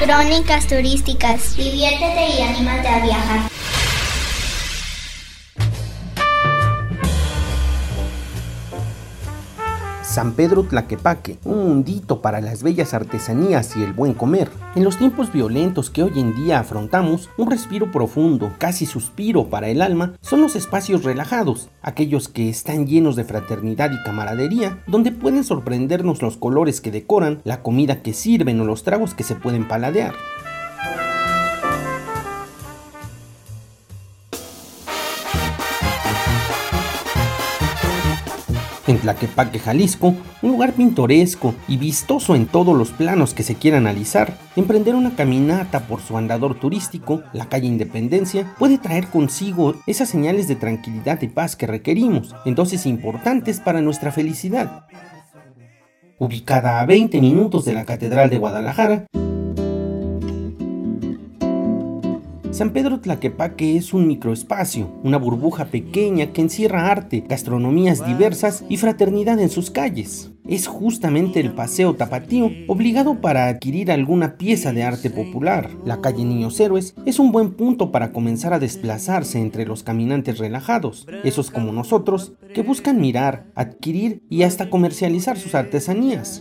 Crónicas turísticas. Diviértete y anímate a viajar. San Pedro Tlaquepaque, un mundito para las bellas artesanías y el buen comer. En los tiempos violentos que hoy en día afrontamos, un respiro profundo, casi suspiro para el alma, son los espacios relajados, aquellos que están llenos de fraternidad y camaradería, donde pueden sorprendernos los colores que decoran, la comida que sirven o los tragos que se pueden paladear. En Tlaquepaque, Jalisco, un lugar pintoresco y vistoso en todos los planos que se quiera analizar, emprender una caminata por su andador turístico, la calle Independencia, puede traer consigo esas señales de tranquilidad y paz que requerimos, en dosis importantes para nuestra felicidad. Ubicada a 20 minutos de la Catedral de Guadalajara, San Pedro Tlaquepaque es un microespacio, una burbuja pequeña que encierra arte, gastronomías diversas y fraternidad en sus calles. Es justamente el paseo tapatío obligado para adquirir alguna pieza de arte popular. La calle Niños Héroes es un buen punto para comenzar a desplazarse entre los caminantes relajados, esos como nosotros que buscan mirar, adquirir y hasta comercializar sus artesanías.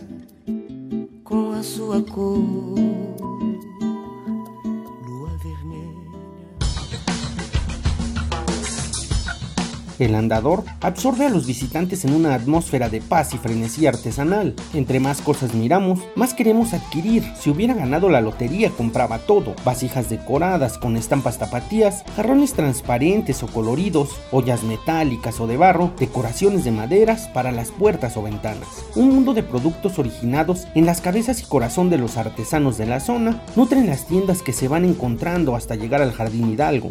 El andador absorbe a los visitantes en una atmósfera de paz y frenesí artesanal. Entre más cosas miramos, más queremos adquirir. Si hubiera ganado la lotería, compraba todo: vasijas decoradas con estampas tapatías, jarrones transparentes o coloridos, ollas metálicas o de barro, decoraciones de maderas para las puertas o ventanas. Un mundo de productos originados en las cabezas y corazón de los artesanos de la zona nutren las tiendas que se van encontrando hasta llegar al Jardín Hidalgo.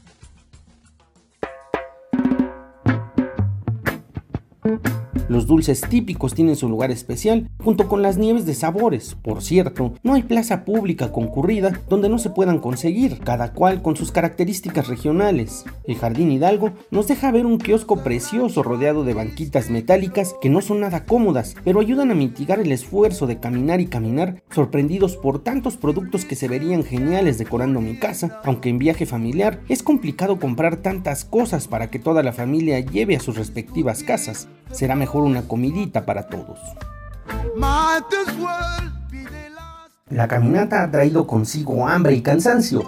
Los dulces típicos tienen su lugar especial, junto con las nieves de sabores. Por cierto, no hay plaza pública concurrida donde no se puedan conseguir, cada cual con sus características regionales. El Jardín Hidalgo nos deja ver un kiosco precioso rodeado de banquitas metálicas que no son nada cómodas, pero ayudan a mitigar el esfuerzo de caminar y caminar, sorprendidos por tantos productos que se verían geniales decorando mi casa. Aunque en viaje familiar es complicado comprar tantas cosas para que toda la familia lleve a sus respectivas casas. Será mejor una comidita para todos. La caminata ha traído consigo hambre y cansancio.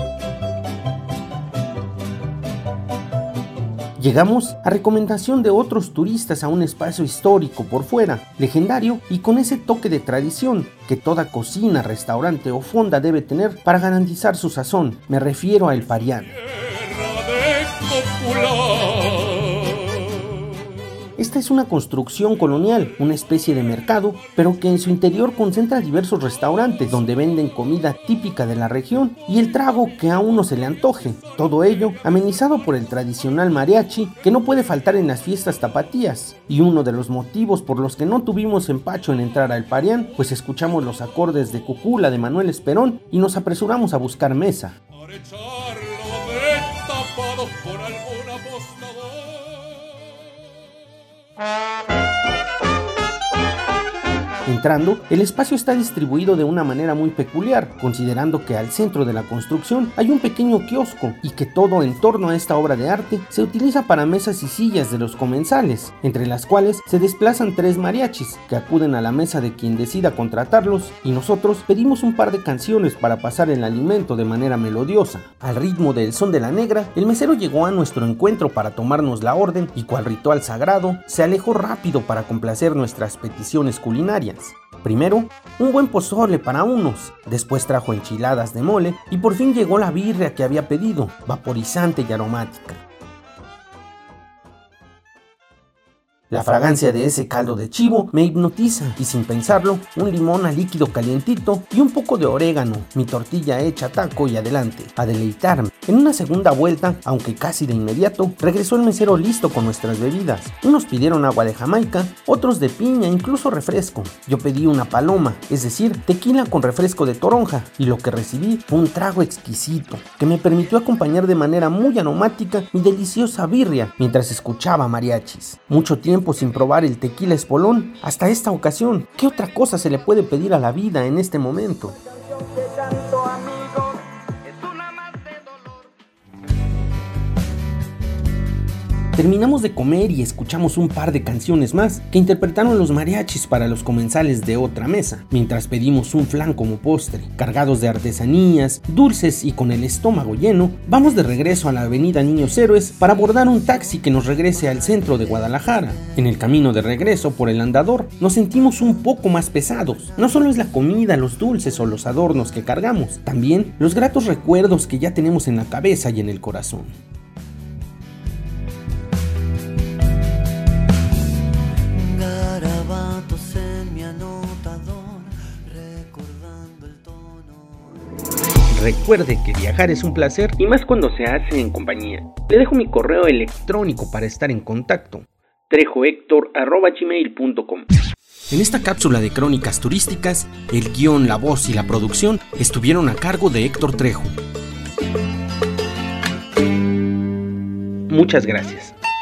Llegamos a recomendación de otros turistas a un espacio histórico por fuera, legendario y con ese toque de tradición que toda cocina, restaurante o fonda debe tener para garantizar su sazón. Me refiero a El Parián. Esta es una construcción colonial, una especie de mercado, pero que en su interior concentra diversos restaurantes donde venden comida típica de la región y el trago que a uno se le antoje. Todo ello amenizado por el tradicional mariachi que no puede faltar en las fiestas tapatías. Y uno de los motivos por los que no tuvimos empacho en entrar al Parián, pues escuchamos los acordes de Cucula de Manuel Esperón y nos apresuramos a buscar mesa. Entrando, el espacio está distribuido de una manera muy peculiar, considerando que al centro de la construcción hay un pequeño kiosco y que todo en torno a esta obra de arte se utiliza para mesas y sillas de los comensales, entre las cuales se desplazan 3 mariachis que acuden a la mesa de quien decida contratarlos, y nosotros pedimos un par de canciones para pasar el alimento de manera melodiosa. Al ritmo del son de la negra, el mesero llegó a nuestro encuentro para tomarnos la orden y, cual ritual sagrado, se alejó rápido para complacer nuestras peticiones culinarias. Primero, un buen pozole para unos, después trajo enchiladas de mole y por fin llegó la birria que había pedido, vaporizante y aromática. La fragancia de ese caldo de chivo me hipnotiza y sin pensarlo, un limón a líquido calientito y un poco de orégano, mi tortilla hecha taco y adelante, a deleitarme. En una segunda vuelta, aunque casi de inmediato, regresó el mesero listo con nuestras bebidas. Unos pidieron agua de Jamaica, otros de piña, incluso refresco. Yo pedí una paloma, es decir, tequila con refresco de toronja, y lo que recibí fue un trago exquisito, que me permitió acompañar de manera muy aromática mi deliciosa birria, mientras escuchaba mariachis. Mucho tiempo sin probar el tequila espolón hasta esta ocasión. ¿Qué otra cosa se le puede pedir a la vida en este momento? Terminamos de comer y escuchamos un par de canciones más que interpretaron los mariachis para los comensales de otra mesa, mientras pedimos un flan como postre. Cargados de artesanías, dulces y con el estómago lleno, vamos de regreso a la avenida Niños Héroes para abordar un taxi que nos regrese al centro de Guadalajara. En el camino de regreso por el andador nos sentimos un poco más pesados. No solo es la comida, los dulces o los adornos que cargamos, también los gratos recuerdos que ya tenemos en la cabeza y en el corazón. Recuerde que viajar es un placer y más cuando se hace en compañía. Le dejo mi correo electrónico para estar en contacto: trejohector@gmail.com. En esta cápsula de crónicas turísticas, el guión, la voz y la producción estuvieron a cargo de Héctor Trejo. Muchas gracias.